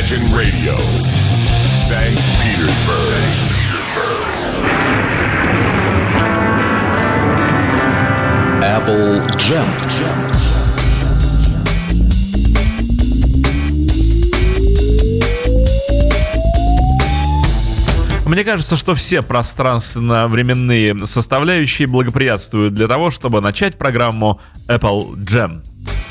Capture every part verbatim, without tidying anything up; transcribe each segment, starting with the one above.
Imagine Radio, Saint Petersburg. Apple Jam. Мне кажется, что все пространственно-временные составляющие благоприятствуют для того, чтобы начать программу Apple Jam.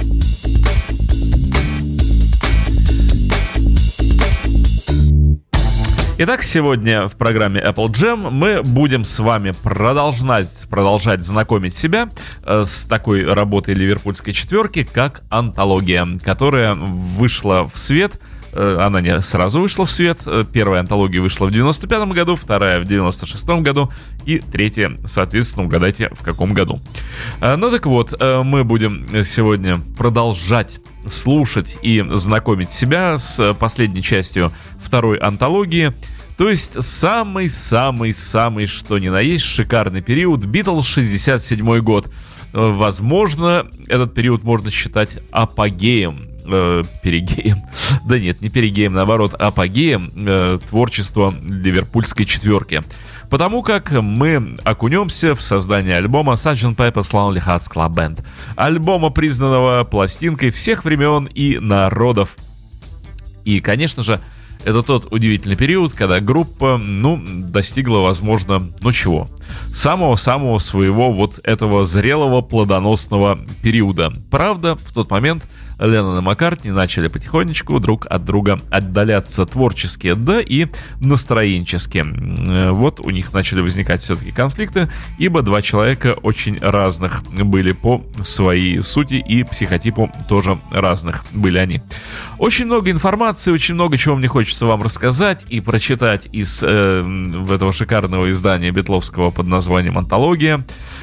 Итак, сегодня в программе Apple Jam мы будем с вами продолжать, продолжать знакомить себя э, с такой работой ливерпульской четверки, как «Антология», которая вышла в свет. Э, она не сразу вышла в свет. Первая «Антология» вышла в девяносто пятом году, вторая в девяносто шестом году и третья, соответственно, угадайте, в каком году. Э, ну так вот, э, мы будем сегодня продолжать слушать и знакомить себя с последней частью второй антологии, то есть самый-самый-самый, что ни на есть, шикарный период Beatles, шестьдесят седьмой год. Возможно, этот период можно считать апогеем, э, перигеем, да нет, не перигеем, наоборот, апогеем э, творчества ливерпульской четверки. Потому как мы окунемся в создание альбома сарджент Pepper's Lonely Hearts Club Band. Альбома, признанного пластинкой всех времен и народов. И, конечно же, это тот удивительный период, когда группа, ну, достигла, возможно, ну чего, самого-самого своего вот этого зрелого, плодоносного периода. Правда, в тот момент Леннон и Маккартни начали потихонечку друг от друга отдаляться творчески, да и настроенчески. Вот у них начали возникать все-таки конфликты, ибо два человека очень разных были по своей сути, и психотипу тоже разных были они. Очень много информации, очень много чего мне хочется вам рассказать и прочитать из э, этого шикарного издания битловского под названием «Антология»,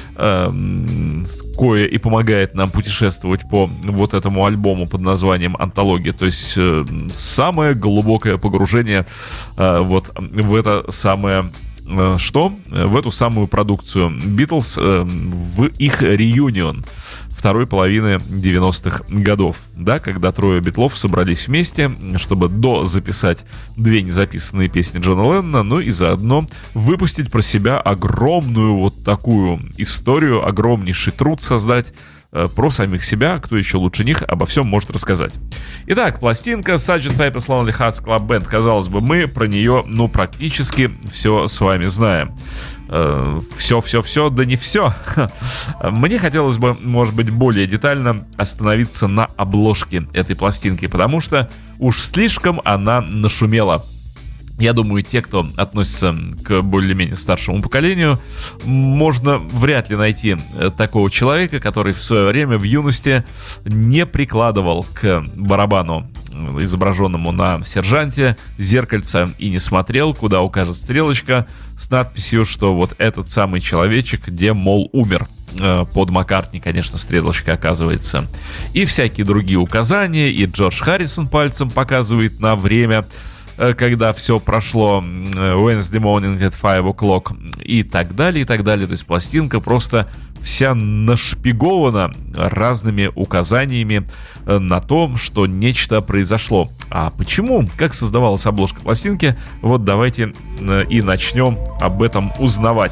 кое и помогает нам путешествовать по вот этому альбому под названием «Антология». То есть э, самое глубокое погружение э, вот в это самое... Э, что? В эту самую продукцию Beatles, э, в их реюнион второй половины девяностых годов, да, когда трое битлов собрались вместе, чтобы дозаписать две незаписанные песни Джона Леннона, ну и заодно выпустить про себя огромную вот такую историю, огромнейший труд создать э, про самих себя, кто еще лучше них обо всем может рассказать. Итак, пластинка сарджент Pepper's Lonely Hearts Club Band, казалось бы, мы про нее, ну, практически все с вами знаем. Все-все-все, да не все. Мне хотелось бы, может быть, более детально остановиться на обложке этой пластинки, потому что уж слишком она нашумела. Я думаю, те, кто относится к более-менее старшему поколению, можно вряд ли найти такого человека, который в свое время в юности не прикладывал к барабану, изображенному на сержанте, зеркальца и не смотрел, куда укажет стрелочка с надписью, что вот этот самый человечек, где, мол, умер. Под Маккартни, конечно, стрелочка оказывается. И всякие другие указания, и Джордж Харрисон пальцем показывает на время, когда все прошло, Wednesday morning at five o'clock, и так далее, и так далее. То есть пластинка просто вся нашпигована разными указаниями на то, что нечто произошло. А почему? Как создавалась обложка пластинки? Вот давайте и начнем об этом узнавать.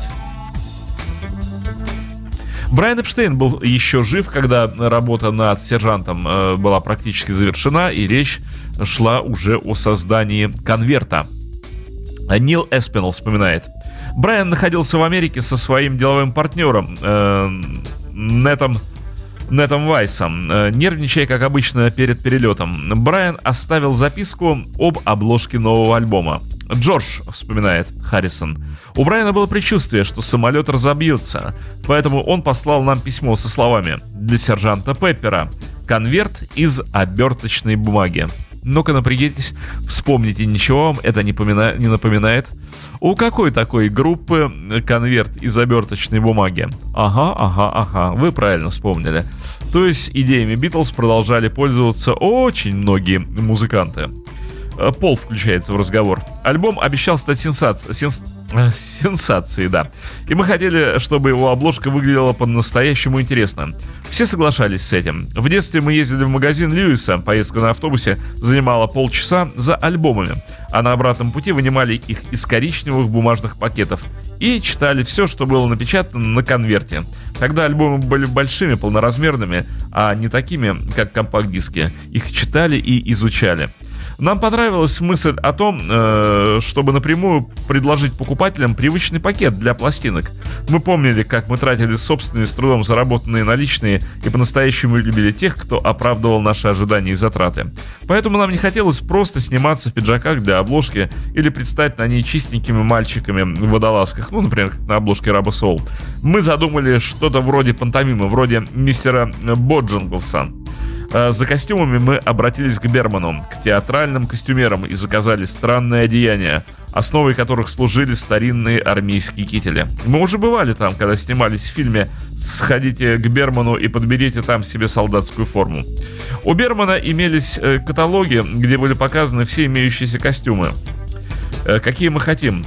Брайан Эпштейн был еще жив, когда работа над сержантом э, была практически завершена, и речь шла уже о создании конверта. Нил Эспинелл вспоминает: Брайан находился в Америке со своим деловым партнером э, Нетом, Нетом Вайсом, э, нервничая, как обычно, перед перелетом. Брайан оставил записку об обложке нового альбома. Джордж, вспоминает Харрисон, у Брайана было предчувствие, что самолет разобьется, поэтому он послал нам письмо со словами: для сержанта Пеппера, конверт из оберточной бумаги. Ну-ка напрягитесь, вспомните, ничего вам это не, помина... не напоминает? У какой такой группы конверт из оберточной бумаги? Ага, ага, ага, вы правильно вспомнили. То есть идеями Битлз продолжали пользоваться очень многие музыканты. Пол включается в разговор. Альбом обещал стать сенсацией. Сенс... Сенсации, да. И мы хотели, чтобы его обложка выглядела по-настоящему интересно. Все соглашались с этим. В детстве мы ездили в магазин Льюиса. Поездка на автобусе занимала полчаса за альбомами. А на обратном пути вынимали их из коричневых бумажных пакетов и читали все, что было напечатано на конверте. Тогда альбомы были большими, полноразмерными, а не такими, как компакт-диски. Их читали и изучали. Нам понравилась мысль о том, э, чтобы напрямую предложить покупателям привычный пакет для пластинок. Мы помнили, как мы тратили собственные с трудом заработанные наличные и по-настоящему любили тех, кто оправдывал наши ожидания и затраты. Поэтому нам не хотелось просто сниматься в пиджаках для обложки или предстать на ней чистенькими мальчиками в водолазках, ну, например, как на обложке Rubber Soul. Мы задумали что-то вроде пантомимы, вроде мистера Боджинглса. За костюмами мы обратились к Берману, к театральным костюмерам и заказали странные одеяния, основой которых служили старинные армейские кители. Мы уже бывали там, когда снимались в фильме «Сходите к Берману и подберите там себе солдатскую форму». У Бермана имелись каталоги, где были показаны все имеющиеся костюмы. Какие мы хотим?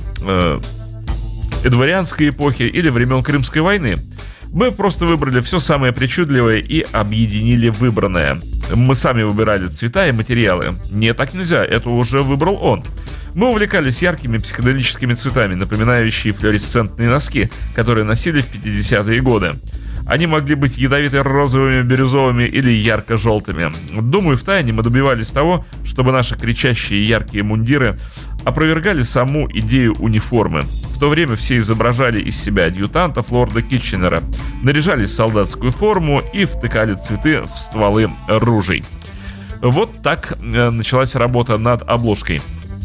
Эдварианской эпохи или времен Крымской войны? Мы просто выбрали все самое причудливое и объединили выбранное. Мы сами выбирали цвета и материалы. Нет, так нельзя, это уже выбрал он. Мы увлекались яркими психоделическими цветами, напоминающие флуоресцентные носки, которые носили в пятидесятые годы. Они могли быть ядовито-розовыми, бирюзовыми или ярко-желтыми. Думаю, втайне мы добивались того, чтобы наши кричащие яркие мундиры опровергали саму идею униформы. В то время все изображали из себя адъютантов лорда Китченера, наряжались в солдатскую форму и втыкали цветы в стволы ружей. Вот так э, началась работа над обложкой.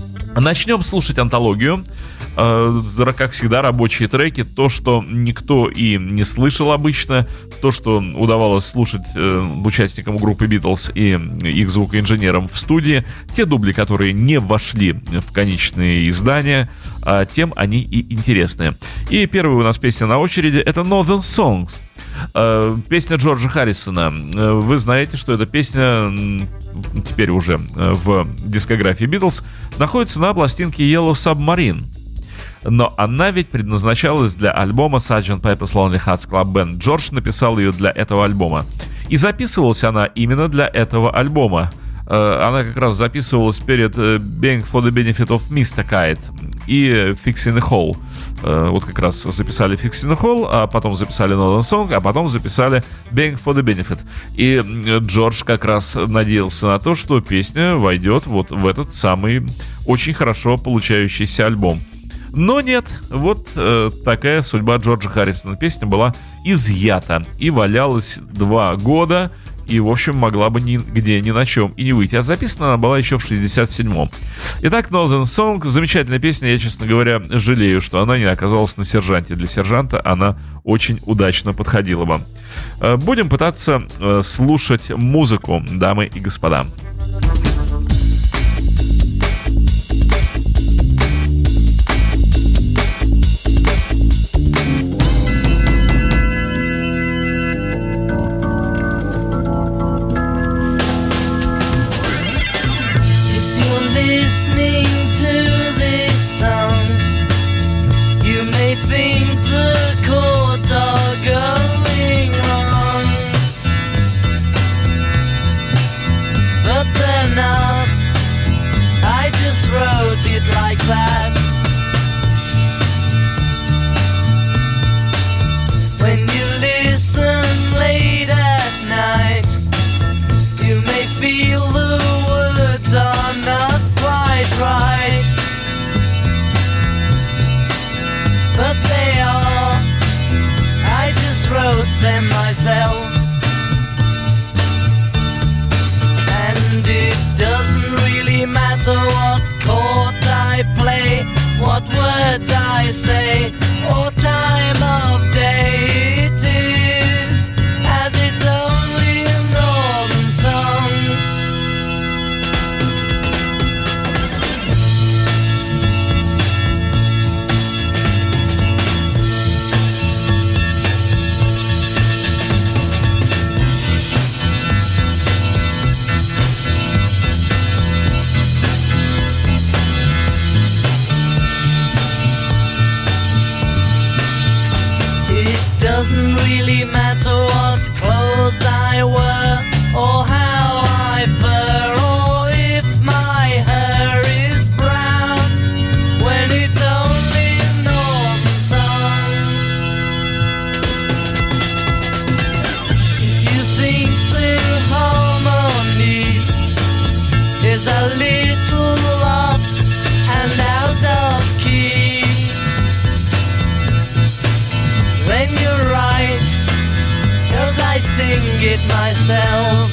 Начнем слушать антологию. Э, как всегда, рабочие треки, то, что никто и не слышал обычно, то, что удавалось слушать э, участникам группы Beatles и их звукоинженерам в студии, те дубли, которые не вошли в конечные издания, а тем они и интересны. И первая у нас песня на очереди — это Northern Songs. Э, песня Джорджа Харрисона. Э, вы знаете, что эта песня теперь уже в дискографии Beatles находится на пластинке Yellow Submarine. Но она ведь предназначалась для альбома сарджент Pepper's Lonely Hearts Club Band. Джордж написал ее для этого альбома. И записывалась она именно для этого альбома. Она как раз записывалась перед Being for the Benefit of мистер Kite и Fixing the Hole. Вот как раз записали Fixing the Hole, а потом записали Northern Song, а потом записали Being for the Benefit. И Джордж как раз надеялся на то, что песня войдет вот в этот самый очень хорошо получающийся альбом. Но нет, вот э, такая судьба Джорджа Харрисона. Песня была изъята и валялась два года, и, в общем, могла бы нигде ни на чем и не выйти. А записана она была еще в шестьдесят седьмом. Итак, Northern Song, замечательная песня. Я, честно говоря, жалею, что она не оказалась на сержанте. Для сержанта она очень удачно подходила бы. Э, будем пытаться э, слушать музыку, дамы и господа. Them myself, and it doesn't really matter what chord I play, what words I say, or time of day it is, as it's only a northern song. is a little off and out of key. Then you're right, 'cause I sing it myself.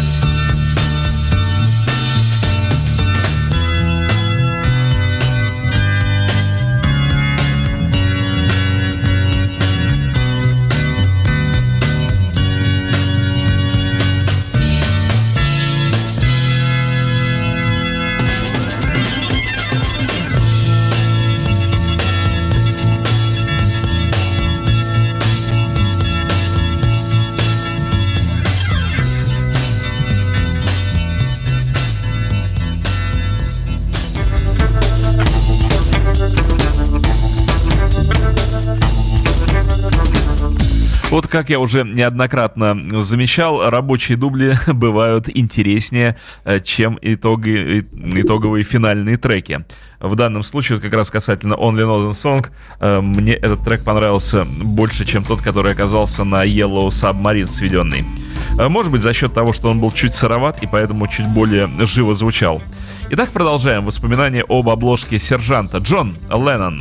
Вот как я уже неоднократно замечал, рабочие дубли бывают интереснее, чем итоги, итоговые финальные треки. В данном случае, как раз касательно Only Northern Song, мне этот трек понравился больше, чем тот, который оказался на Yellow Submarine сведенный. Может быть, за счет того, что он был чуть сыроват и поэтому чуть более живо звучал. Итак, продолжаем воспоминания об обложке сержанта. Джон Леннон.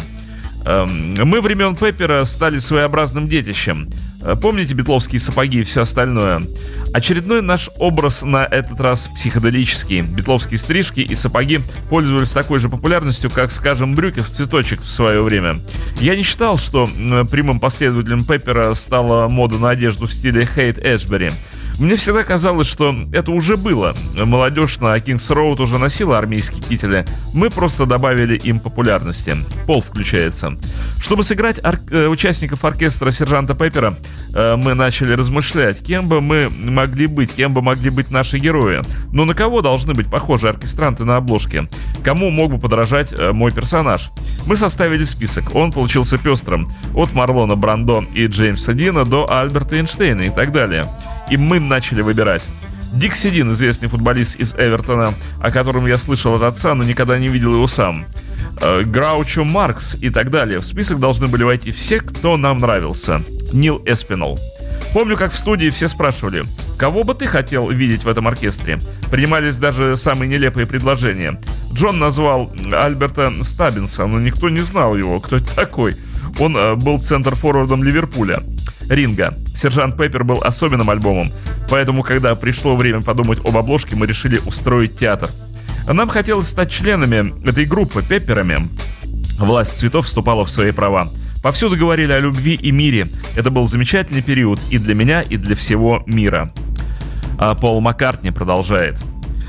Мы времен Пеппера стали своеобразным детищем. Помните битловские сапоги и все остальное? Очередной наш образ на этот раз психоделический. Битловские стрижки и сапоги пользовались такой же популярностью, как, скажем, брюки в цветочек в свое время. Я не считал, что прямым последователем Пеппера стала мода на одежду в стиле Haight Ashbury. Мне всегда казалось, что это уже было. Молодежь на Кингс Роуд уже носила армейские кители. Мы просто добавили им популярности. Пол включается. Чтобы сыграть ор- участников оркестра сержанта Пеппера, э, мы начали размышлять, кем бы мы могли быть, кем бы могли быть наши герои. Но на кого должны быть похожи оркестранты на обложке? Кому мог бы подражать э, мой персонаж? Мы составили список. Он получился пестрым. От Марлона Брандо и Джеймса Дина до Альберта Эйнштейна и так далее. И мы начали выбирать. Дикси Дин, известный футболист из Эвертона, о котором я слышал от отца, но никогда не видел его сам. Граучо Маркс и так далее. В список должны были войти все, кто нам нравился. Нил Эспинол. Помню, как в студии все спрашивали, кого бы ты хотел видеть в этом оркестре? Принимались даже самые нелепые предложения. Джон назвал Альберта Стаббинса, но никто не знал его, кто это такой. Он э, был центр-форвардом Ливерпуля. Ринго. Сержант Пеппер был особенным альбомом, поэтому, когда пришло время подумать об обложке, мы решили устроить театр. Нам хотелось стать членами этой группы, Пепперами. Власть цветов вступала в свои права. Повсюду говорили о любви и мире. Это был замечательный период и для меня, и для всего мира. А Пол Маккартни продолжает.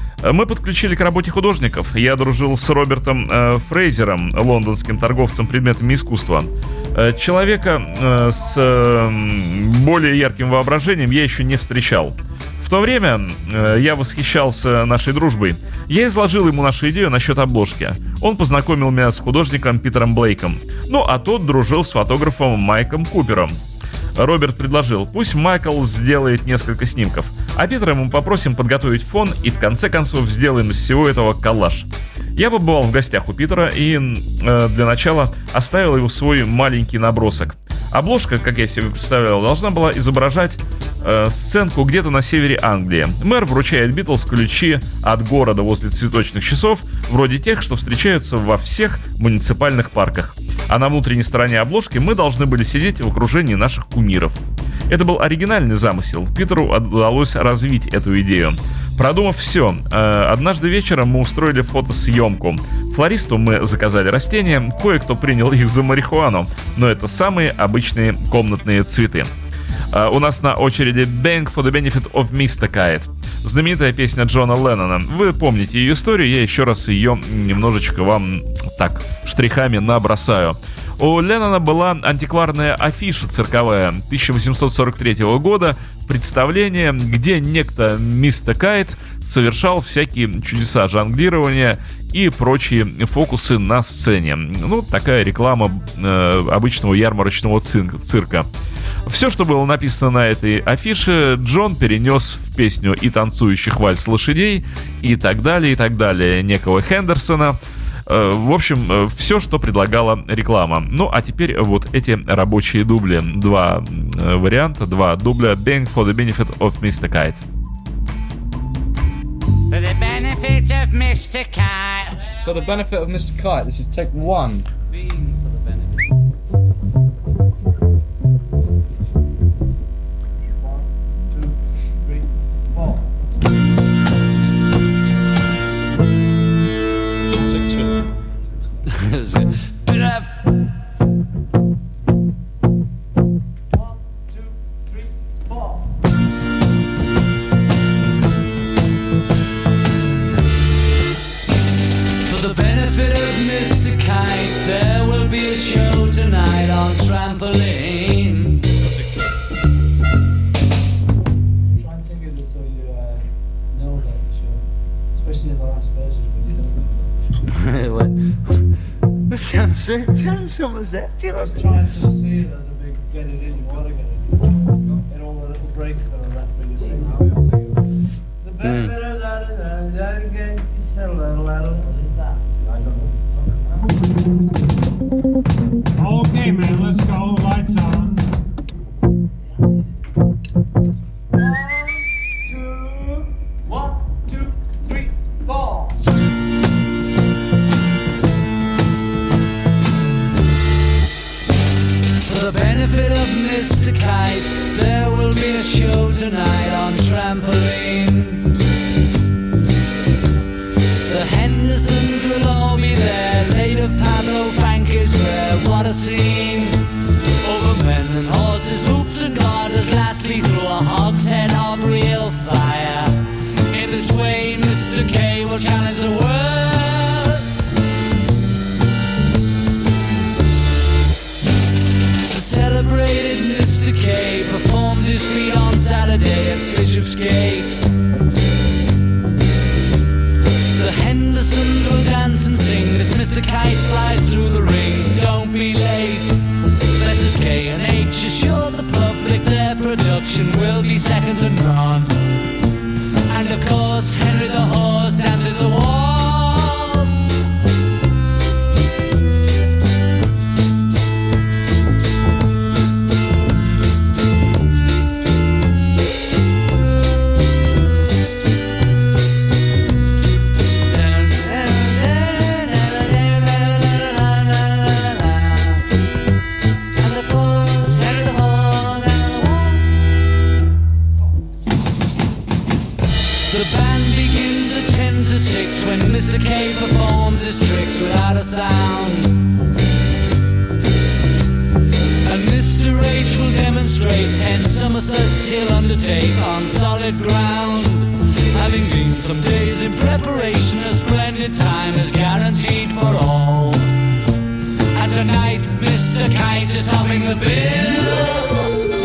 Мы подключили к работе художников. Я дружил с Робертом э, Фрейзером, лондонским торговцем предметами искусства. Э, человека э, с э, более ярким воображением я еще не встречал. В то время э, я восхищался нашей дружбой. Я изложил ему нашу идею насчет обложки. Он познакомил меня с художником Питером Блейком. Ну, а тот дружил с фотографом Майком Купером. Роберт предложил, пусть Майкл сделает несколько снимков, а Питера мы попросим подготовить фон и в конце концов сделаем из всего этого коллаж. Я побывал в гостях у Питера и э, для начала оставил его свой маленький набросок. Обложка, как я себе представлял, должна была изображать э, сценку где-то на севере Англии. Мэр вручает Битлз ключи от города возле цветочных часов, вроде тех, что встречаются во всех муниципальных парках. А на внутренней стороне обложки мы должны были сидеть в окружении наших кумиров. Это был оригинальный замысел. Питеру удалось развить эту идею. Продумав все, однажды вечером мы устроили фотосъемку. Флористу мы заказали растения, кое-кто принял их за марихуану, но это самые обычные комнатные цветы. У нас на очереди Bang for the Benefit of Mister Kite. Знаменитая песня Джона Леннона. Вы помните ее историю, я еще раз ее немножечко вам так штрихами набросаю. У Леннона была антикварная афиша цирковая тысяча восемьсот сорок третьего года, представление, где некто Мистер Кайт совершал всякие чудеса жонглирования и прочие фокусы на сцене. Ну, такая реклама э, обычного ярмарочного цирка. Все, что было написано на этой афише, Джон перенес в песню «И танцующих вальс лошадей» и так далее, и так далее, некого Хендерсона. В общем, все, что предлагала реклама. Ну, а теперь вот эти рабочие дубли. Два варианта, два дубля. Bang for the Benefit of Mister Kite. For the benefit benefit of Mister Kite. For the benefit of Mister Kite, this is take one. Beans for the benefit. One, two, three, four. Take two. Bit of One, two, three, four. For the benefit of Mister Kite, there will be a show tonight on trampoline. Try and sing it so you uh, know about the show, especially in the last verses when you don't. Just trying to see it as a big get it in, you want to get it in. And all the little breaks that are left for you sing. The benefit of that is that that again, you said a little, little. What is that? I don't know. Okay, man, let's go. Lights on. One, two, three, four. For the benefit of Mister Kite, there will be a show tonight on trampoline. The Hendersons will all be there. Late of Pablo Frank is rare. What a scene! Over men and horses, hoops and garters. Lastly, through a hogshead of real fire. In this way, Mister K will challenge the world. The celebrated Mister K performs his feat on Saturday at Bishopsgate. The Hendersons will dance and sing as Mister Kite flies through the ring. Don't be late. Missus K and H assure the public their production will be second to none. And of course, Henry the Horse dances the waltz. Mister K performs his tricks without a sound. And Mister H will demonstrate ten somersaults he'll undertake on solid ground. Having been some days in preparation, a splendid time is guaranteed for all. And tonight Mister Kite is topping the bill.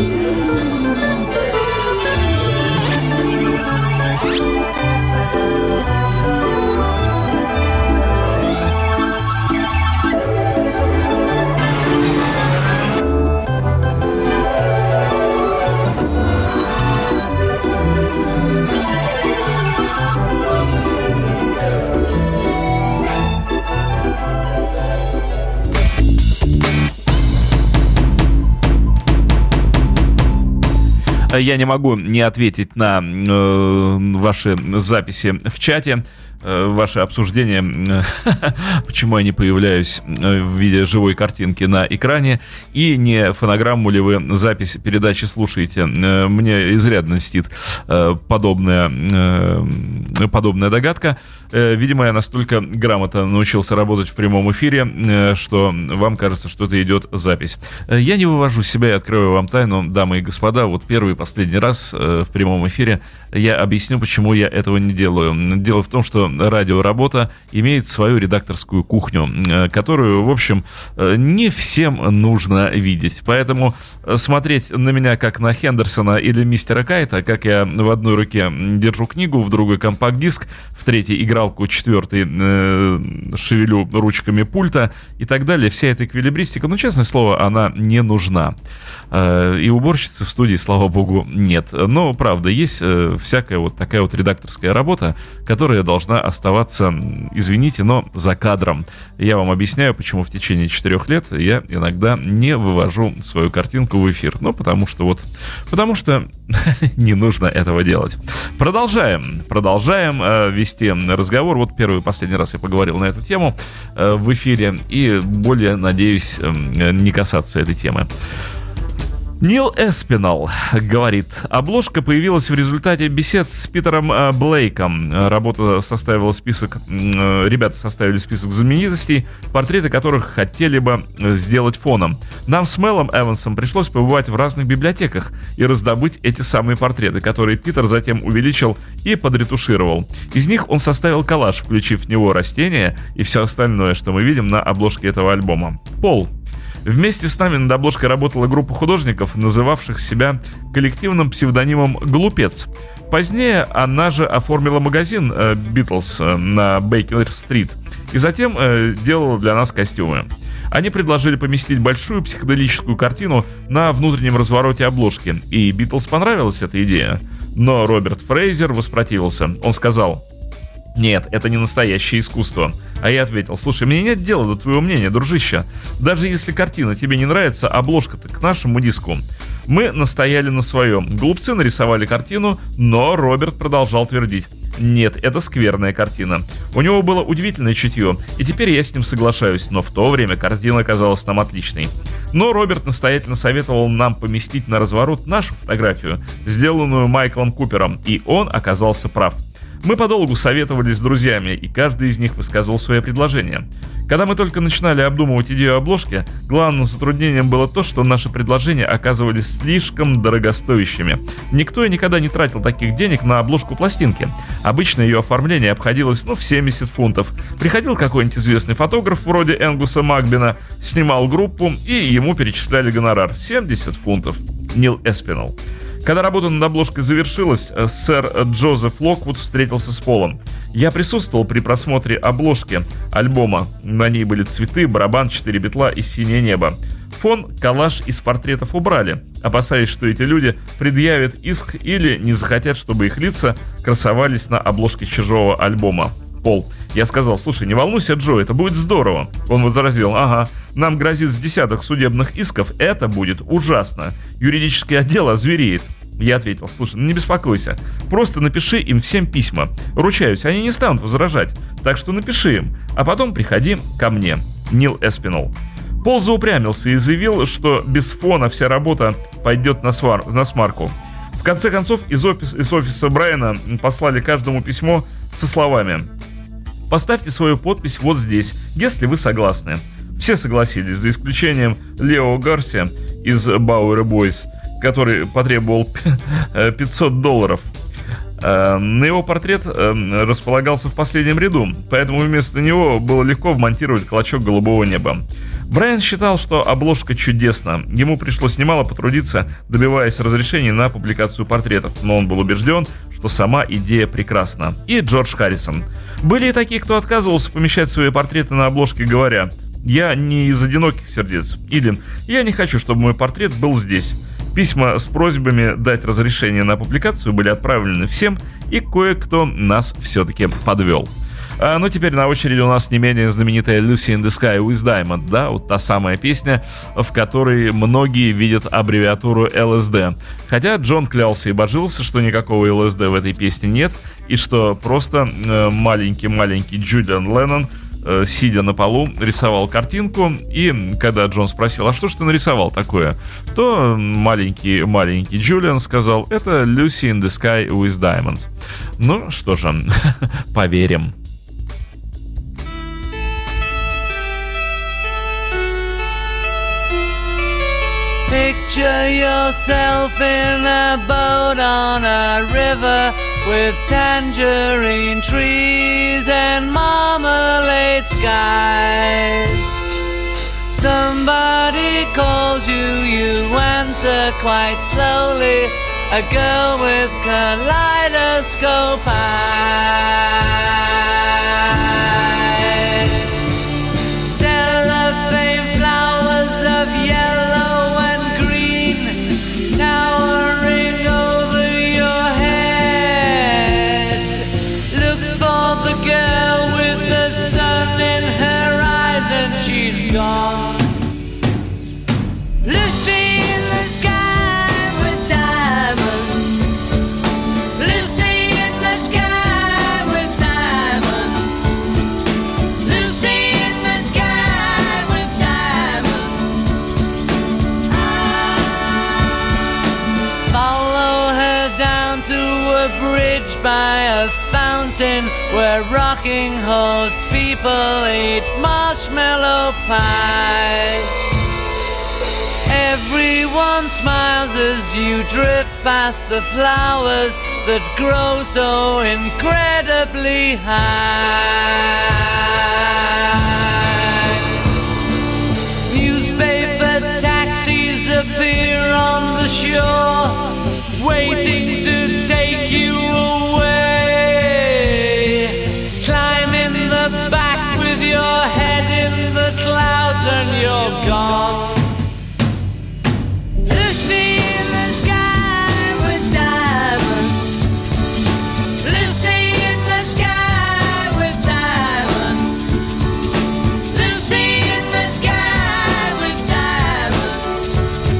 Я не могу не ответить на э, ваши записи в чате, э, ваши обсуждения, почему я не появляюсь в виде живой картинки на экране, и не фонограмму ли вы запись передачи слушаете. Мне изрядно льстит э, подобная, э, подобная догадка. Э, видимо, я настолько грамотно научился работать в прямом эфире, э, что вам кажется, что это идет запись. Я не вывожу себя и открою вам тайну, дамы и господа, вот первый последний раз э, в прямом эфире я объясню, почему я этого не делаю. Дело в том, что радиоработа имеет свою редакторскую кухню, э, которую, в общем, э, не всем нужно видеть. Поэтому смотреть на меня как на Хендерсона или мистера Кайта, как я в одной руке держу книгу, в другой компакт-диск, в третьей игралку, четвертый э, шевелю ручками пульта и так далее, вся эта эквилибристика, ну, честное слово, она не нужна. Э, и уборщицы в студии, слава богу, нет. Но, правда, есть э, всякая вот такая вот редакторская работа, которая должна оставаться, извините, но за кадром. Я вам объясняю, почему в течение четырех лет я иногда не вывожу свою картинку в эфир. Ну, потому что вот, потому что не нужно этого делать. Продолжаем, продолжаем э, вести разговор. Вот первый и последний раз я поговорил на эту тему э, в эфире и более, надеюсь, э, не касаться этой темы. Нил Эспинал говорит: обложка появилась в результате бесед с Питером э, Блейком. Работа составила список, э, ребята составили список знаменитостей, портреты которых хотели бы сделать фоном. Нам с Мелом Эвансом пришлось побывать в разных библиотеках и раздобыть эти самые портреты, которые Питер затем увеличил и подретушировал. Из них он составил коллаж, включив в него растения и все остальное, что мы видим на обложке этого альбома. Пол. Вместе с нами над обложкой работала группа художников, называвших себя коллективным псевдонимом «Глупец». Позднее она же оформила магазин «Битлз» э, на Бейкер-стрит и затем э, делала для нас костюмы. Они предложили поместить большую психоделическую картину на внутреннем развороте обложки, и «Битлз» понравилась эта идея. Но Роберт Фрейзер воспротивился. Он сказал: «Нет, это не настоящее искусство». А я ответил: «Слушай, мне нет дела до твоего мнения, дружище. Даже если картина тебе не нравится, обложка-то к нашему диску». Мы настояли на своем. Глупцы нарисовали картину, но Роберт продолжал твердить: «Нет, это скверная картина». У него было удивительное чутье, и теперь я с ним соглашаюсь, но в то время картина казалась нам отличной. Но Роберт настоятельно советовал нам поместить на разворот нашу фотографию, сделанную Майклом Купером, и он оказался прав. Мы подолгу советовались с друзьями, и каждый из них высказывал свои предложения. Когда мы только начинали обдумывать идею обложки, главным затруднением было то, что наши предложения оказывались слишком дорогостоящими. Никто и никогда не тратил таких денег на обложку пластинки. Обычно ее оформление обходилось, ну, в семьдесят фунтов. Приходил какой-нибудь известный фотограф вроде Энгуса Макбина, снимал группу, и ему перечисляли гонорар — семьдесят фунтов. Нил Эспинал. Когда работа над обложкой завершилась, сэр Джозеф Локвуд встретился с Полом. Я присутствовал при просмотре обложки альбома. На ней были цветы, барабан, четыре битла и синее небо. Фон, коллаж из портретов убрали, опасаясь, что эти люди предъявят иск или не захотят, чтобы их лица красовались на обложке чужого альбома. Пол. Я сказал: «Слушай, не волнуйся, Джо, это будет здорово». Он возразил: «Ага, нам грозит с десяток судебных исков, это будет ужасно. Юридический отдел озвереет». Я ответил: «Слушай, ну не беспокойся, просто напиши им всем письма. Ручаюсь, они не станут возражать, так что напиши им, а потом приходи ко мне». Нил Эспинал. Пол заупрямился и заявил, что без фона вся работа пойдет на, свар... на смарку. В конце концов, из, офис... из офиса Брайана послали каждому письмо со словами: «Поставьте свою подпись вот здесь, если вы согласны». Все согласились, за исключением Лео Гарси из Bowery Boys, который потребовал пятьсот долларов. На его портрет располагался в последнем ряду, поэтому вместо него было легко вмонтировать клочок голубого неба. Брайан считал, что обложка чудесна. Ему пришлось немало потрудиться, добиваясь разрешения на публикацию портретов, но он был убежден, что сама идея прекрасна. И Джордж Харрисон. Были и такие, кто отказывался помещать свои портреты на обложке, говоря: «Я не из одиноких сердец» или «Я не хочу, чтобы мой портрет был здесь». Письма с просьбами дать разрешение на публикацию были отправлены всем, и кое-кто нас все-таки подвел. А, ну, теперь на очереди у нас не менее знаменитая «Lucy in the Sky with Diamond», да, вот та самая песня, в которой многие видят аббревиатуру эл эс ди. Хотя Джон клялся и божился, что никакого эл эс ди в этой песне нет, и что просто э, маленький-маленький Джулиан Леннон, э, сидя на полу, рисовал картинку, и когда Джон спросил: «А что ж ты нарисовал такое?», то маленький-маленький Джулиан сказал: «Это Lucy in the Sky with Diamonds». Ну, что же, поверим. Picture yourself in a boat on a river with tangerine trees and marmalade skies. Somebody calls you, you answer quite slowly. A girl with kaleidoscope eyes. Cellophane flowers of yellow and green towering over your head. Look for the girl where rocking horse people eat marshmallow pie. Everyone smiles as you drift past the flowers that grow so incredibly high. Newspaper taxis appear on the shore, waiting to take you away. Climb in the back with your head in the clouds and you're gone. Lucy in the sky with diamonds. Lucy in the sky with diamonds. Lucy in the sky with diamonds.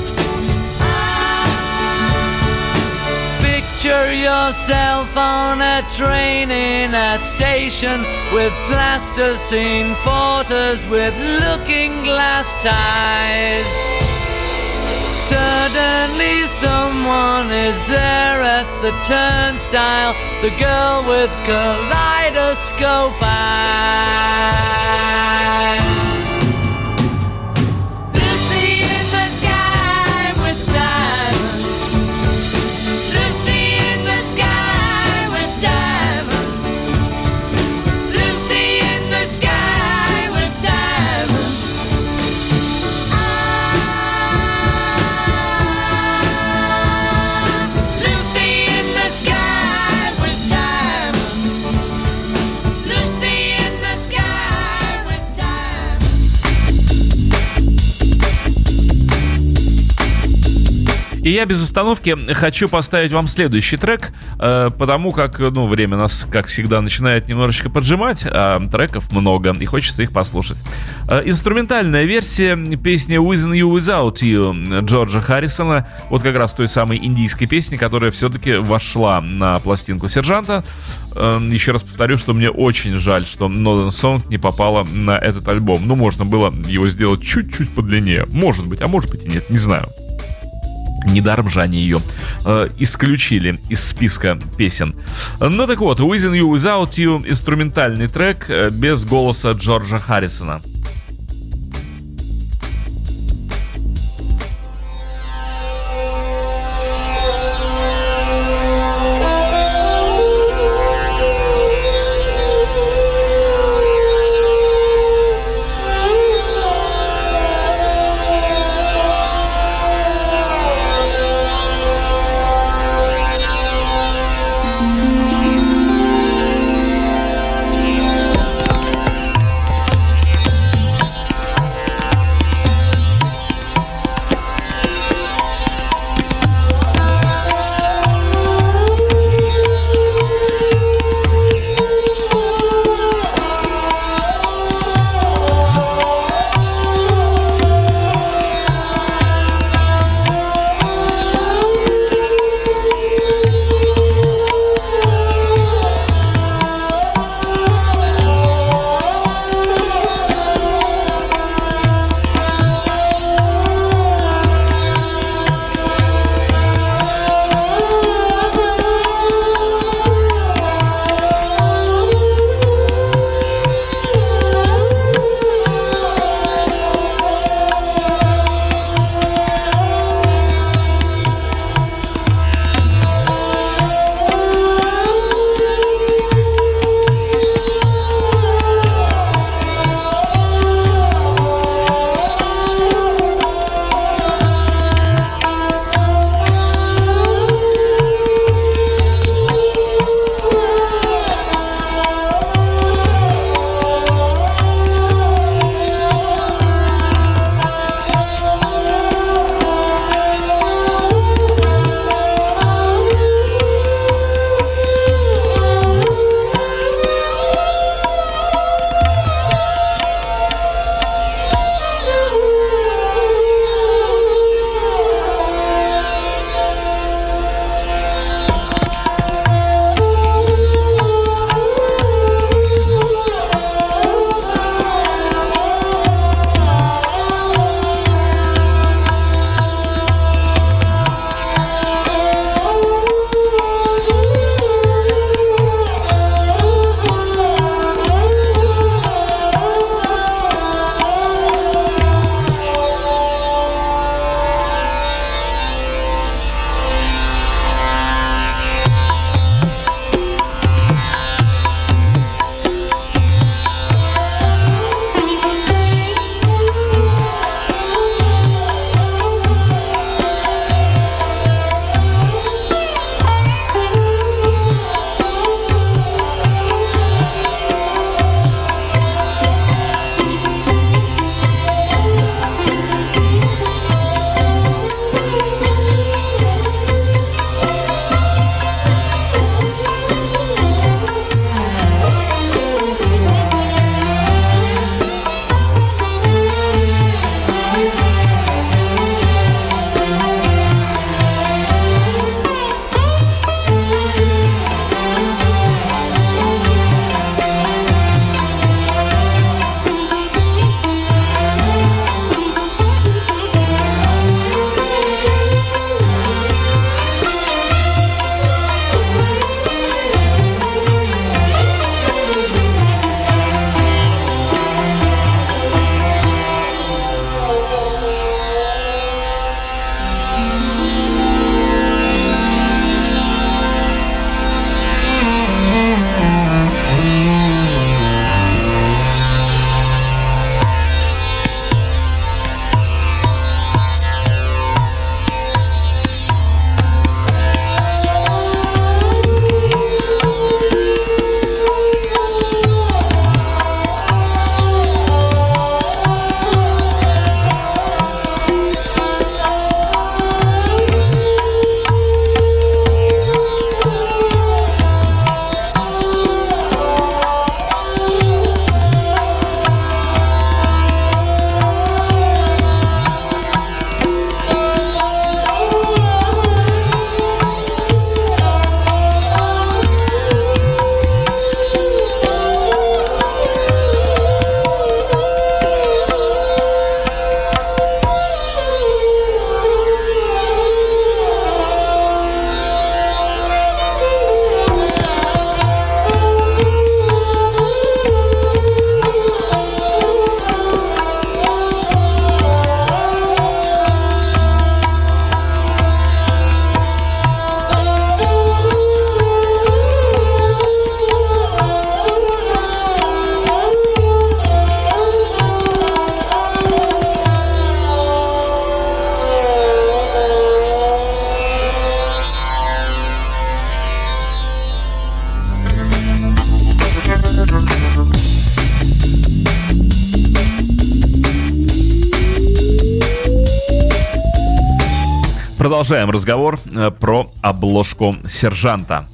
Picture yourself on a train in a station with plasticine porters with looking glass ties. Suddenly someone is there at the turnstile, the girl with kaleidoscope eyes. Lucy in the sky with diamonds. Lucy in the sky with diamonds. Lucy in the sky with diamonds. Lucy in the sky with diamonds. Lucy in the sky with diamonds. И я без остановки хочу поставить вам следующий трек, э, потому как, ну, время нас, как всегда, начинает немножечко поджимать, а треков много, и хочется их послушать. Э, инструментальная версия песни With You Without You Джорджа Харрисона, вот как раз той самой индийской песни, которая все-таки вошла на пластинку Сержанта. Э, еще раз повторю, что мне очень жаль, что Northern Song не попала на этот альбом. Ну, можно было его сделать чуть-чуть подлиннее. Может быть, а может быть и нет, не знаю. Недаром же они ее э, исключили из списка песен. Ну так вот, With You Without You, инструментальный трек э, без голоса Джорджа Харрисона. Продолжаем разговор э, про обложку «Сержанта».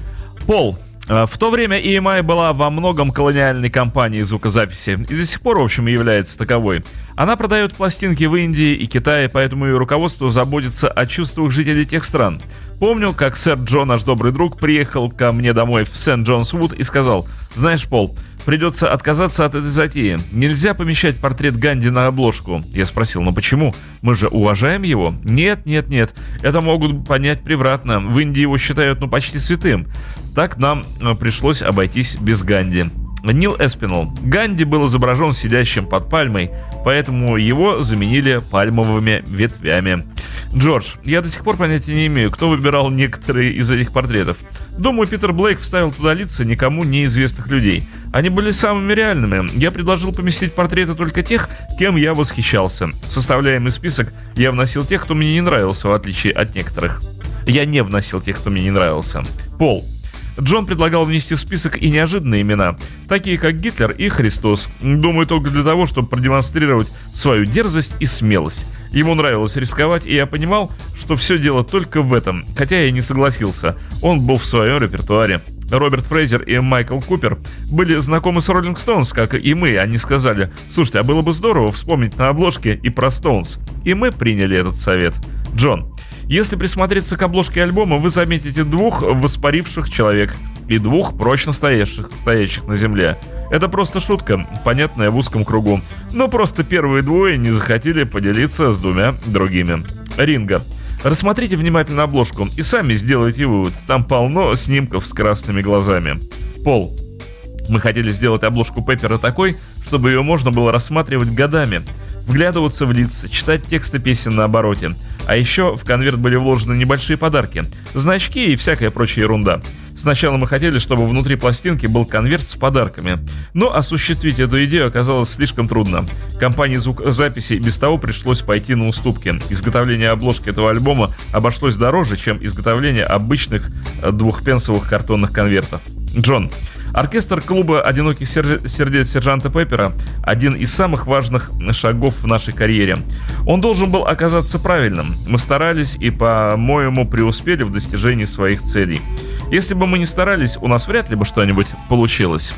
Пол. В то время и эм ай была во многом колониальной компанией звукозаписи и до сих пор, в общем, является таковой. Она продает пластинки в Индии и Китае, поэтому ее руководство заботится о чувствах жителей тех стран. Помню, как сэр Джо, наш добрый друг, приехал ко мне домой в Сент-Джонс-Вуд и сказал: «Знаешь, Пол, придется отказаться от этой затеи. Нельзя помещать портрет Ганди на обложку». Я спросил: «Ну почему? Мы же уважаем его». «Нет, нет, нет. Это могут понять превратно. В Индии его считают, ну, почти святым». Так нам пришлось обойтись без Ганди. Нил Эспинал. Ганди был изображен сидящим под пальмой, поэтому его заменили пальмовыми ветвями. Джордж. Я до сих пор понятия не имею, кто выбирал некоторые из этих портретов. Думаю, Питер Блейк вставил туда лица никому неизвестных людей. Они были самыми реальными. Я предложил поместить портреты только тех, кем я восхищался. В составляемый список я вносил тех, кто мне не нравился, в отличие от некоторых. Я не вносил тех, кто мне не нравился. Пол. Джон предлагал внести в список и неожиданные имена, такие как Гитлер и Христос. Думаю, только для того, чтобы продемонстрировать свою дерзость и смелость. Ему нравилось рисковать, и я понимал, что все дело только в этом, хотя я не согласился. Он был в своем репертуаре. Роберт Фрейзер и Майкл Купер были знакомы с Роллинг Стоунс, как и мы. Они сказали: «Слушайте, а было бы здорово вспомнить на обложке и про Стоунс». И мы приняли этот совет. Джон. Если присмотреться к обложке альбома, вы заметите двух воспаривших человек и двух прочно стоящих, стоящих на земле. Это просто шутка, понятная в узком кругу. Но просто первые двое не захотели поделиться с двумя другими. Ринго. Рассмотрите внимательно обложку и сами сделайте вывод. Там полно снимков с красными глазами. Пол. Мы хотели сделать обложку Пеппера такой, чтобы ее можно было рассматривать годами, вглядываться в лица, читать тексты песен на обороте. А еще в конверт были вложены небольшие подарки, значки и всякая прочая ерунда. Сначала мы хотели, чтобы внутри пластинки был конверт с подарками, но осуществить эту идею оказалось слишком трудно. Компании звукозаписи без того пришлось пойти на уступки. Изготовление обложки этого альбома обошлось дороже, чем изготовление обычных двухпенсовых картонных конвертов. Джон. Оркестр клуба «Одиноких сердец сержанта Пеппера» – один из самых важных шагов в нашей карьере. Он должен был оказаться правильным. Мы старались и, по-моему, преуспели в достижении своих целей. Если бы мы не старались, у нас вряд ли бы что-нибудь получилось.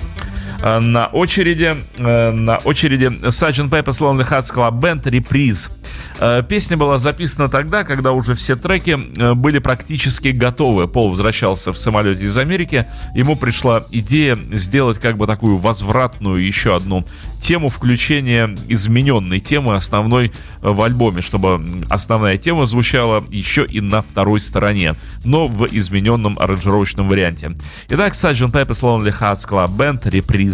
На очереди, на очереди сержант Pepper's Lonely Hearts Club Band реприз. Песня была записана тогда, когда уже все треки были практически готовы. Пол возвращался в самолете из Америки. Ему пришла идея сделать как бы такую возвратную еще одну тему включения измененной темы основной в альбоме, чтобы основная тема звучала еще и на второй стороне, но в измененном аранжировочном варианте. Итак, сержант Pepper's Lonely Hearts Club Band реприз.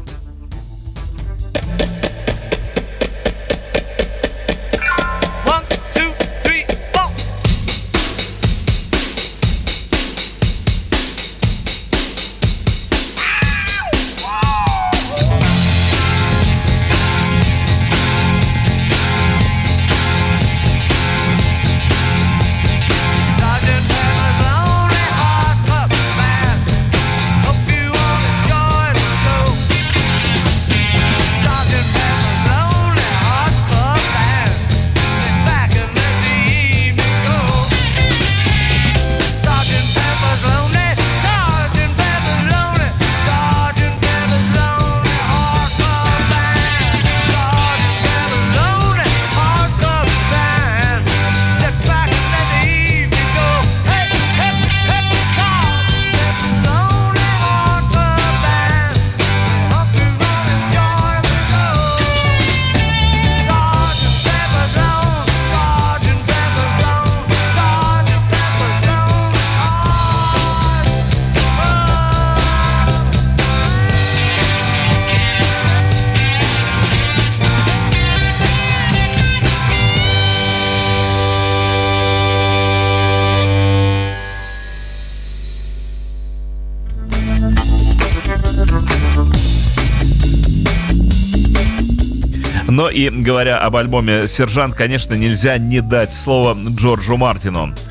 Но и говоря об альбоме «Сержант», конечно, нельзя не дать слово Джорджу Мартину.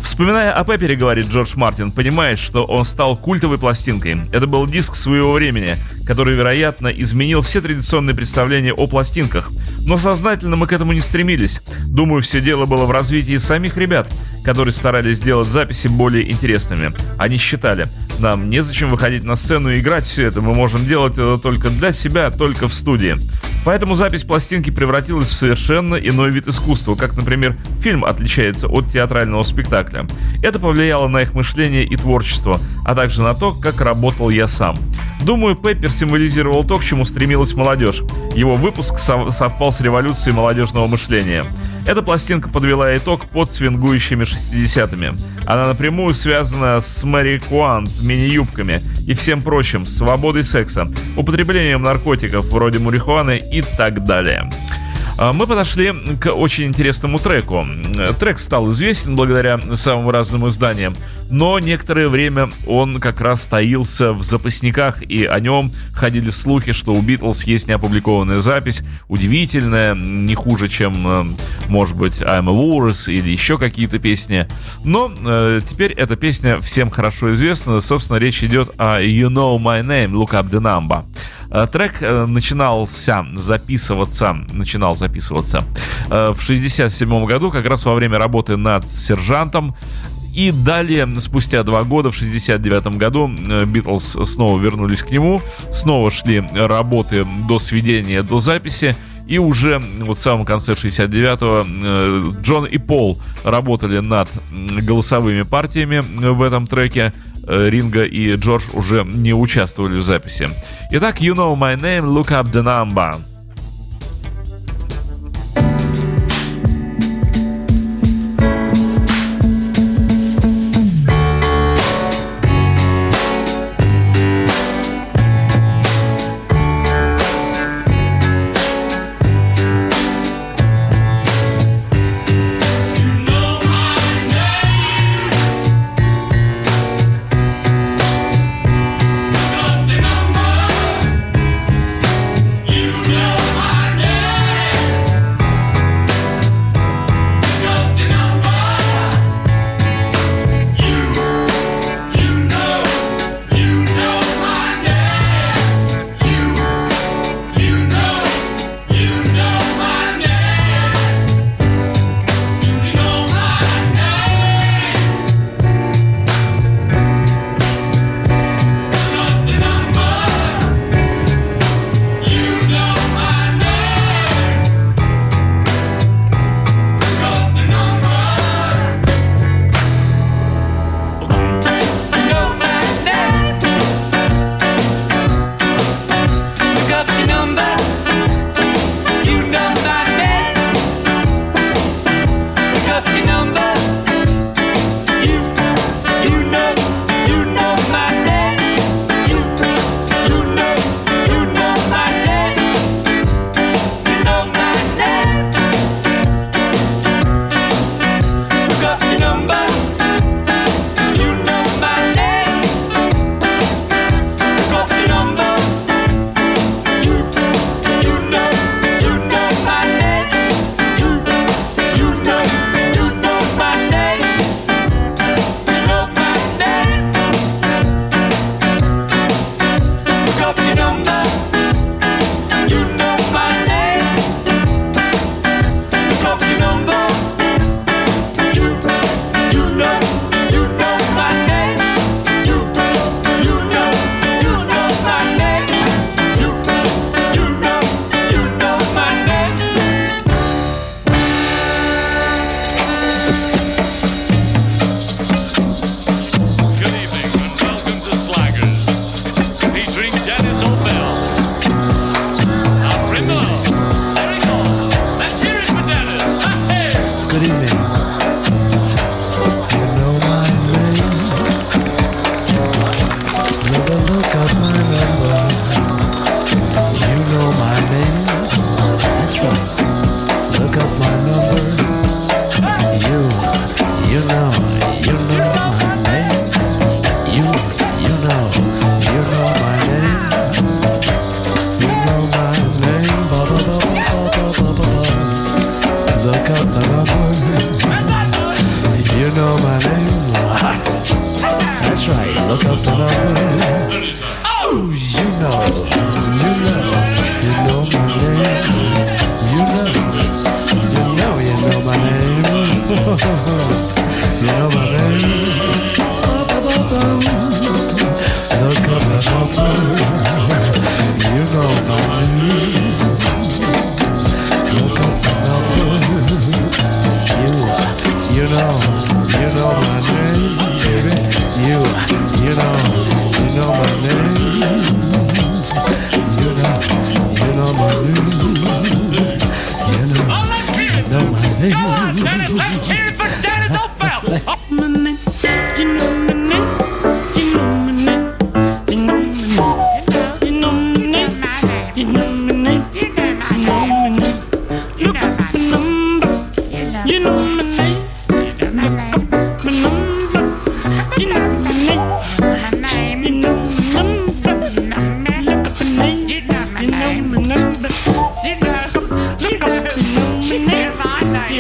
Вспоминая о Пеппере, говорит Джордж Мартин, понимаешь, что он стал культовой пластинкой. Это был диск своего времени, который, вероятно, изменил все традиционные представления о пластинках. Но сознательно мы к этому не стремились. Думаю, все дело было в развитии самих ребят, которые старались сделать записи более интересными. Они считали, нам незачем выходить на сцену и играть все это, мы можем делать это только для себя, только в студии. Поэтому запись пластинки превратилась в совершенно иной вид искусства, как, например, фильм отличается от театрального спектакля. Это повлияло на их мышление и творчество, а также на то, как работал я сам. Думаю, Пеппер символизировал то, к чему стремилась молодежь. Его выпуск совпал с революцией молодежного мышления. Эта пластинка подвела итог под свингующими шестидесятыми. Она напрямую связана с марихуан, мини-юбками и всем прочим, свободой секса, употреблением наркотиков вроде марихуаны и так далее. Мы подошли к очень интересному треку. Трек стал известен благодаря самым разным изданиям, но некоторое время он как раз таился в запасниках, и о нем ходили слухи, что у Битлз есть неопубликованная запись, удивительная, не хуже, чем, может быть, I'm a Walrus или еще какие-то песни. Но э, теперь эта песня всем хорошо известна. Собственно, речь идет о You Know My Name, Look Up The Number. Трек начинался записываться, начинал записываться в шестьдесят седьмом году, как раз во время работы над «Сержантом». И далее, спустя два года, в шестьдесят девятом году, Битлз снова вернулись к нему, снова шли работы до сведения, до записи. И уже вот в самом конце шестьдесят девятого Джон и Пол работали над голосовыми партиями в этом треке. Ринго и Джордж уже не участвовали в записи. Итак, You Know My Name, Look Up The Number. You know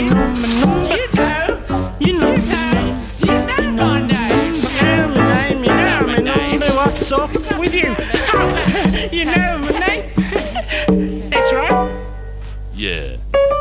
You know my number. You know, you know my name. You know my name. You know my name. You know my number. What's up with you? You know my name. That's right. Yeah.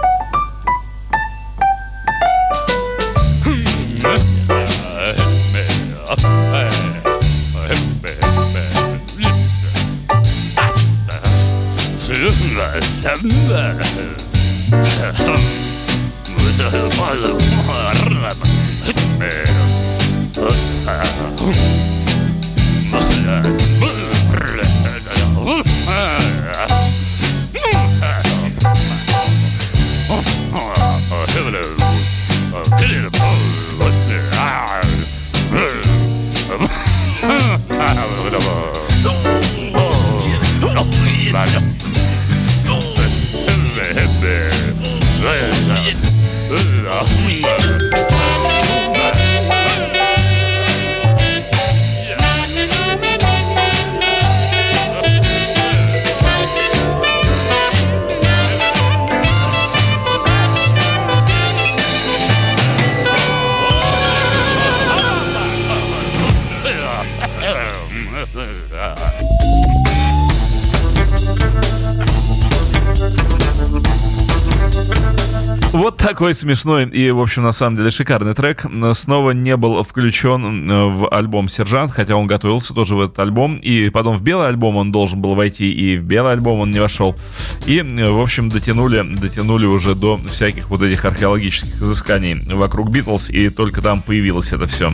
Вот такой смешной и, в общем, на самом деле шикарный трек. Снова не был включен в альбом «Сержант», хотя он готовился тоже в этот альбом. И потом в белый альбом он должен был войти, и в белый альбом он не вошел. И, в общем, дотянули, дотянули уже до всяких вот этих археологических изысканий вокруг «Битлз», и только там появилось это все.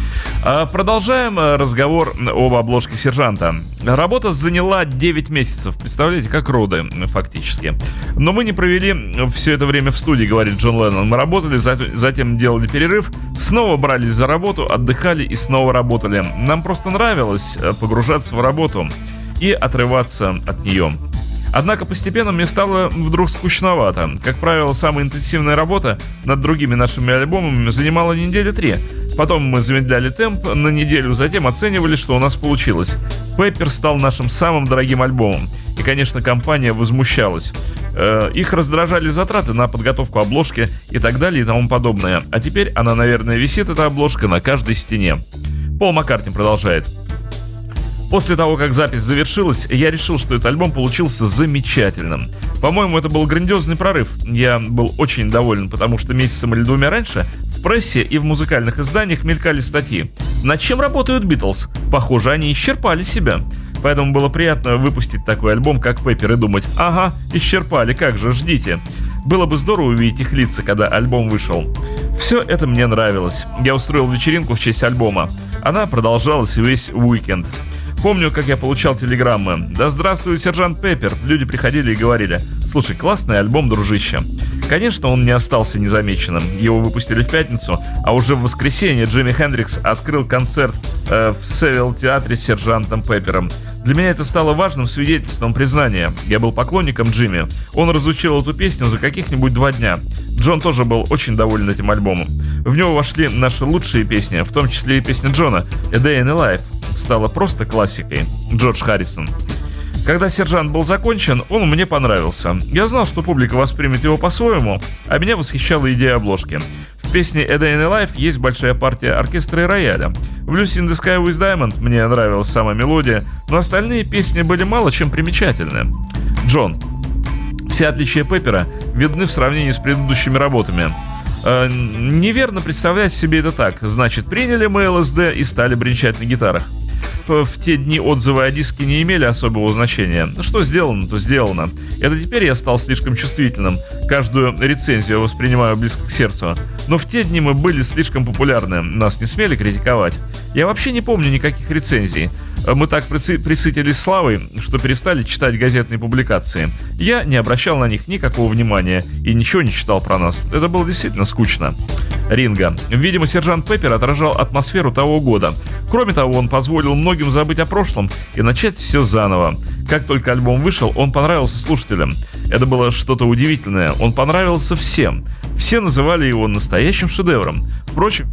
Продолжаем разговор об обложке «Сержанта». Работа заняла девять месяцев. Представляете, как роды, фактически. Но мы не провели все это время в студии, говорит Джон Леннон. Мы работали, затем делали перерыв, снова брались за работу, отдыхали и снова работали. Нам просто нравилось погружаться в работу и отрываться от нее. Однако постепенно мне стало вдруг скучновато. Как правило, самая интенсивная работа над другими нашими альбомами занимала недели три. Потом мы замедляли темп на неделю, затем оценивали, что у нас получилось. «Пеппер» стал нашим самым дорогим альбомом. И, конечно, компания возмущалась. Э, их раздражали затраты на подготовку обложки и так далее и тому подобное. А теперь она, наверное, висит, эта обложка, на каждой стене. Пол Маккартни продолжает. После того, как запись завершилась, я решил, что этот альбом получился замечательным. По-моему, это был грандиозный прорыв. Я был очень доволен, потому что месяцем или двумя раньше в прессе и в музыкальных изданиях мелькали статьи. Над чем работают Битлз? Похоже, они исчерпали себя. Поэтому было приятно выпустить такой альбом, как «Пеппер», и думать: ага, исчерпали, как же, ждите. Было бы здорово увидеть их лица, когда альбом вышел. Все это мне нравилось. Я устроил вечеринку в честь альбома. Она продолжалась весь уикенд. Помню, как я получал телеграммы: «Да здравствует сержант Пеппер». Люди приходили и говорили: «Слушай, классный альбом, дружище». Конечно, он не остался незамеченным. Его выпустили в пятницу, а уже в воскресенье Джимми Хендрикс открыл концерт э, в Севилл-театре с сержантом Пеппером. Для меня это стало важным свидетельством признания. Я был поклонником Джимми. Он разучил эту песню за каких-нибудь два дня. Джон тоже был очень доволен этим альбомом. В него вошли наши лучшие песни, в том числе и песня Джона «A Day in a Life». Стала просто классикой. Джордж Харрисон. Когда «Сержант» был закончен, он мне понравился. Я знал, что публика воспримет его по-своему, а меня восхищала идея обложки. В песне «A Day in a Life» есть большая партия оркестра и рояля. В «Lucy in the Sky with Diamond» мне нравилась сама мелодия, но остальные песни были мало чем примечательны. Джон. Все отличия Пеппера видны в сравнении с предыдущими работами. Э, неверно представлять себе это так. Значит, приняли мы ЛСД и стали бренчать на гитарах. В те дни отзывы о диске не имели особого значения. Что сделано, то сделано. Это теперь я стал слишком чувствительным. Каждую рецензию я воспринимаю близко к сердцу. Но в те дни мы были слишком популярны. Нас не смели критиковать. Я вообще не помню никаких рецензий. Мы так присы- присытились славой, что перестали читать газетные публикации. Я не обращал на них никакого внимания и ничего не читал про нас. Это было действительно скучно. Ринго. Видимо, сержант Пеппер отражал атмосферу того года. Кроме того, он позволил многим забыть о прошлом и начать все заново. Как только альбом вышел, он понравился слушателям. Это было что-то удивительное. Он понравился всем. Все называли его настоящим шедевром. Впрочем,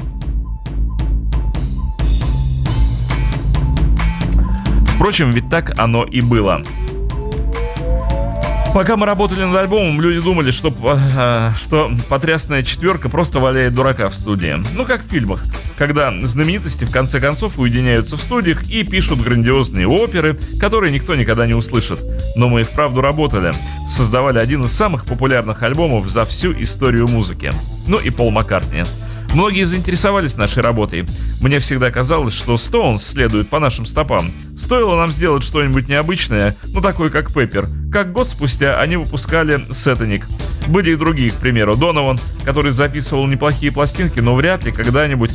Впрочем, ведь так оно и было. Пока мы работали над альбомом, люди думали, что, э, что потрясная четверка просто валяет дурака в студии. Ну, как в фильмах, когда знаменитости в конце концов уединяются в студиях и пишут грандиозные оперы, которые никто никогда не услышит. Но мы и вправду работали. Создавали один из самых популярных альбомов за всю историю музыки. Ну и Пол Маккартни. Многие заинтересовались нашей работой. Мне всегда казалось, что Stones следует по нашим стопам. Стоило нам сделать что-нибудь необычное, ну такое как Пеппер. Как год спустя они выпускали Satanic. Были и другие, к примеру, Донован, который записывал неплохие пластинки, но вряд ли когда-нибудь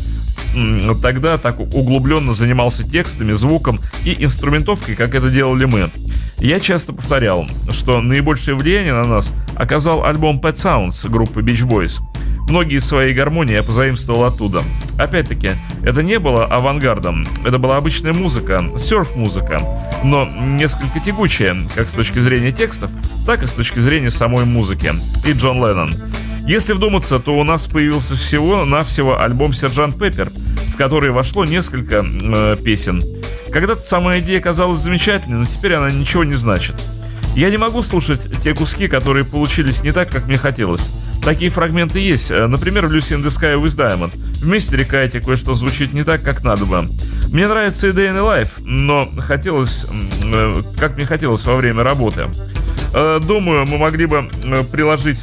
м- тогда так углубленно занимался текстами, звуком и инструментовкой, как это делали мы. Я часто повторял, что наибольшее влияние на нас оказал альбом Pet Sounds группы Beach Boys. Многие свои гармонии я позаимствовал оттуда. Опять-таки, это не было авангардом, это была обычная музыка, серф-музыка, но несколько тягучая, как с точки зрения текстов, так и с точки зрения самой музыки. И Джон Леннон. Если вдуматься, то у нас появился всего-навсего альбом «Сержант Пеппер», в который вошло несколько э, песен. Когда-то сама идея казалась замечательной, но теперь она ничего не значит. Я не могу слушать те куски, которые получились не так, как мне хотелось. Такие фрагменты есть, например, в Lucy in the Sky with Diamond. В мистере Кайте кое-что звучит не так, как надо бы. Мне нравится и Day in the Life, но хотелось, как мне хотелось во время работы. Думаю, мы могли бы приложить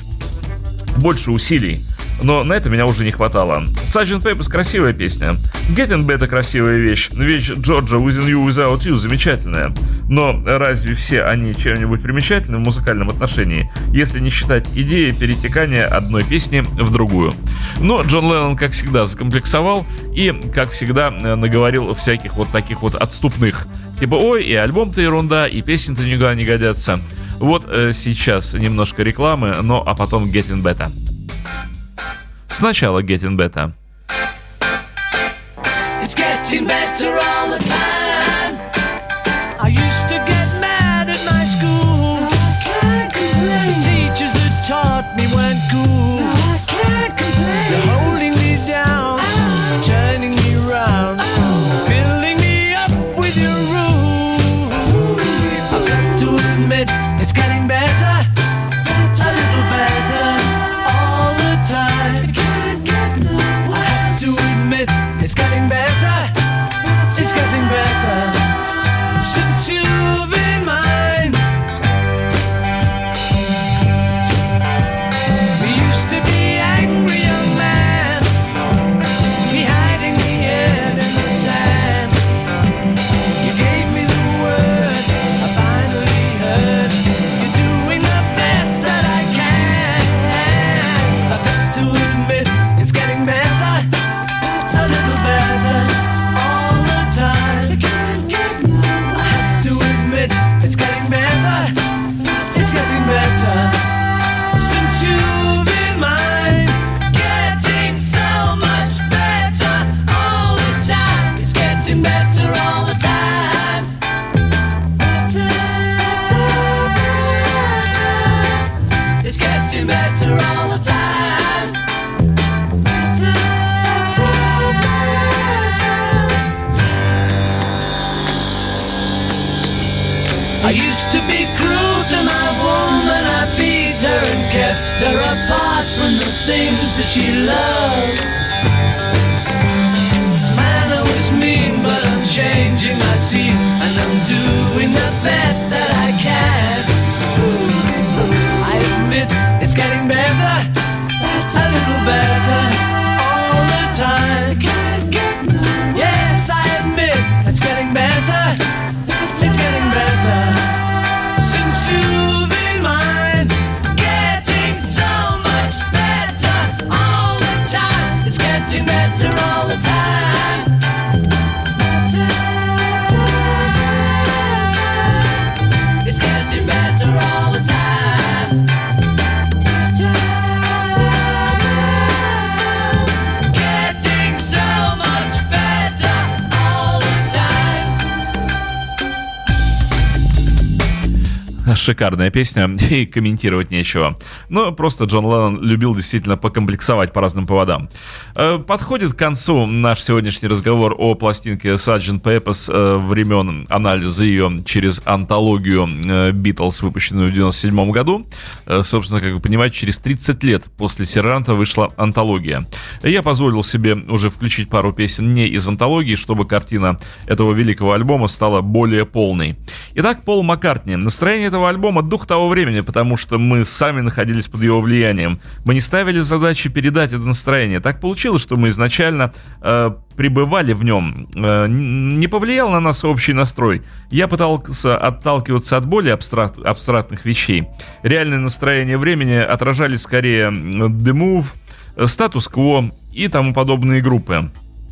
больше усилий, но на это меня уже не хватало. Sergeant Pepper's красивая песня. Getting Better красивая вещь. Вещь Georgia Within You Without You замечательная. Но разве все они чем-нибудь примечательны в музыкальном отношении, если не считать идеи перетекания одной песни в другую? Но Джон Леннон, как всегда, закомплексовал и, как всегда, наговорил всяких вот таких вот отступных. Типа, ой, и альбом-то ерунда, и песни-то никуда не годятся. Вот э, сейчас немножко рекламы, но а потом Getting Better. Сначала Getting Better. It's getting better all the time. I used to get mad at my school. I can't complain. The teachers that taught me weren't cool. I can't complain. They're holding me down, oh. Turning me round, oh. Filling me up with your rules. I've got to admit, it's getting better, better. A little better all the time. I have to admit, it's getting better, it's getting better since you've been mine. We used to be angry young man, me hiding the head in the sand. You gave me the word, I finally heard. You're doing the best that I can. I've got to admit, it's getting better, it's a little better all the time. I have to admit, it's getting better, it's getting better since you've been mine. Getting so much better all the time. It's getting better all the time. Better, better. It's getting better all the time. Better, better. I used to be cruel to my woman. I beat her and kept her apart from the things that she loved. Man, I was mean, but I'm changing my scene, and I'm doing the best that I can. I admit it's getting better, a little better all the time. Yes, I admit it's getting better, it's getting better since you've been mine. Getting so much better all the time. It's getting better all the time. Шикарная песня, и комментировать нечего. Но просто Джон Леннон любил действительно покомплексовать по разным поводам. Подходит к концу наш сегодняшний разговор о пластинке сарджент Pepper's времен анализа ее через антологию Beatles, выпущенную в девяносто седьмом году. Собственно, как вы понимаете, через тридцать лет после «Сержанта» вышла антология. Я позволил себе уже включить пару песен не из антологии, чтобы картина этого великого альбома стала более полной. Итак, Пол Маккартни. Настроение этого альбома — дух того времени, потому что мы сами находились под его влиянием. Мы не ставили задачи передать это настроение. Так получилось, что мы изначально э, пребывали в нем. Э, не повлиял на нас общий настрой. Я пытался отталкиваться от более абстракт, абстрактных вещей. Реальное настроение времени отражали скорее The Move, Status Quo и тому подобные группы.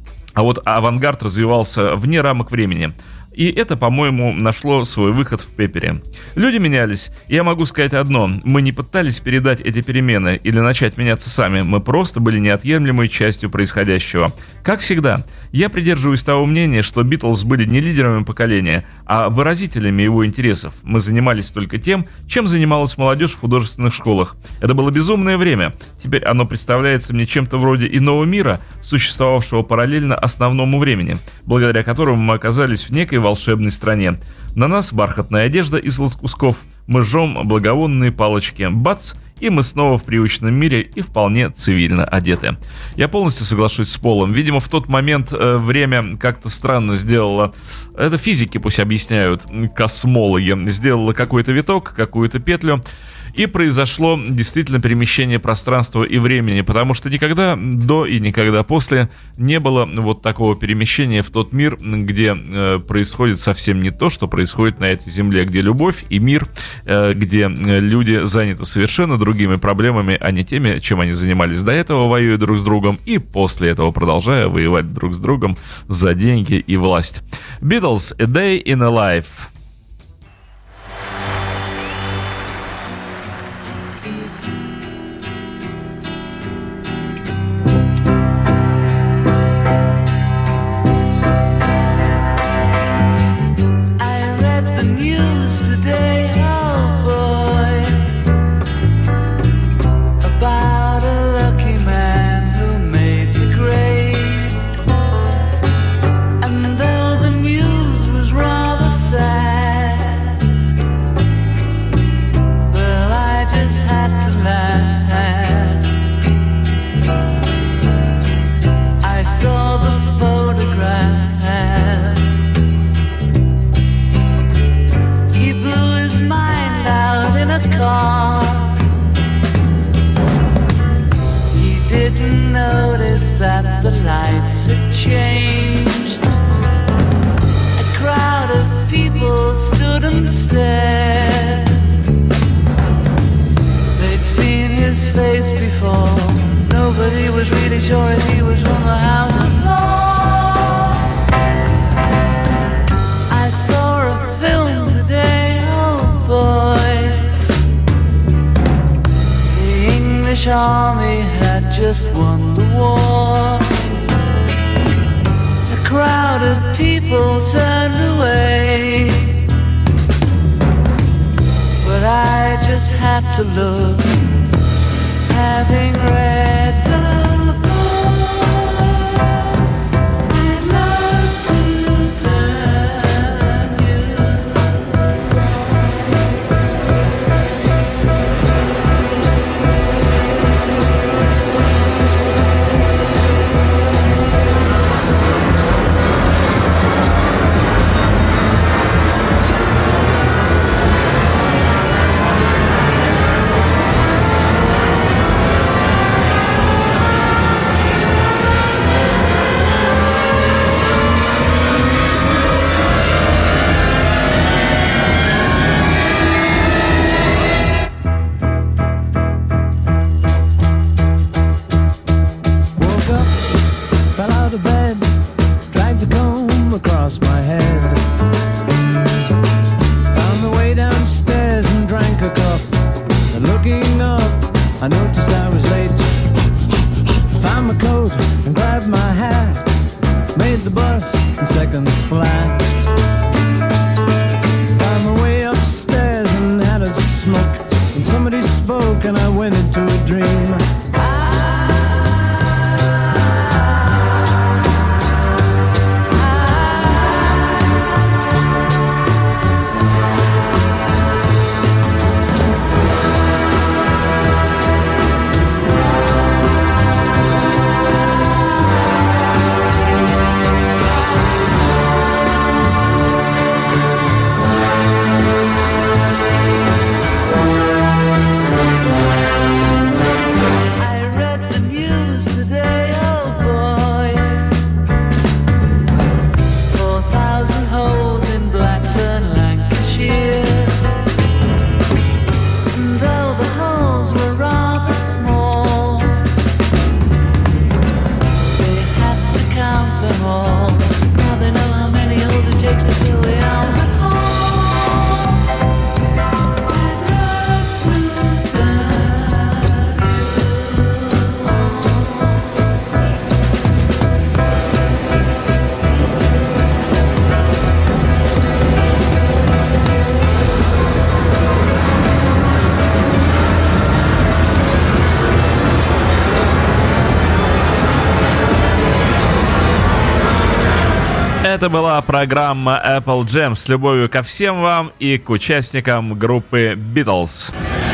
А вот авангард развивался вне рамок времени. И это, по-моему, нашло свой выход в Пеппере. Люди менялись, и я могу сказать одно: мы не пытались передать эти перемены или начать меняться сами, мы просто были неотъемлемой частью происходящего. Как всегда, я придерживаюсь того мнения, что Битлз были не лидерами поколения, а выразителями его интересов. Мы занимались только тем, чем занималась молодежь в художественных школах. Это было безумное время. Теперь оно представляется мне чем-то вроде иного мира, существовавшего параллельно основному времени, благодаря которому мы оказались в некой волшебной стране. На нас бархатная одежда из лоскусков, мы жжем благовонные палочки, бац, и мы снова в привычном мире и вполне цивильно одеты. Я полностью соглашусь с Полом. Видимо, в тот момент э, время как-то странно сделало, это физики пусть объясняют, космологи, сделало какой-то виток, какую-то петлю, и произошло действительно перемещение пространства и времени, потому что никогда до и никогда после не было вот такого перемещения в тот мир, где э, происходит совсем не то, что происходит на этой земле, где любовь и мир, э, где люди заняты совершенно другими проблемами, а не теми, чем они занимались до этого, воюя друг с другом, и после этого продолжая воевать друг с другом за деньги и власть. Beatles, A Day in a Life. Army had just won the war. A crowd of people turned away, but I just had to look, having read the book. I'd love to turn you. I noticed I was late. Found my coat and grabbed my hat. Made the bus in seconds flat. Found my way upstairs and had smoke, and somebody spoke, and I went into a dream. Это была программа Apple Jam с любовью ко всем вам и к участникам группы Beatles.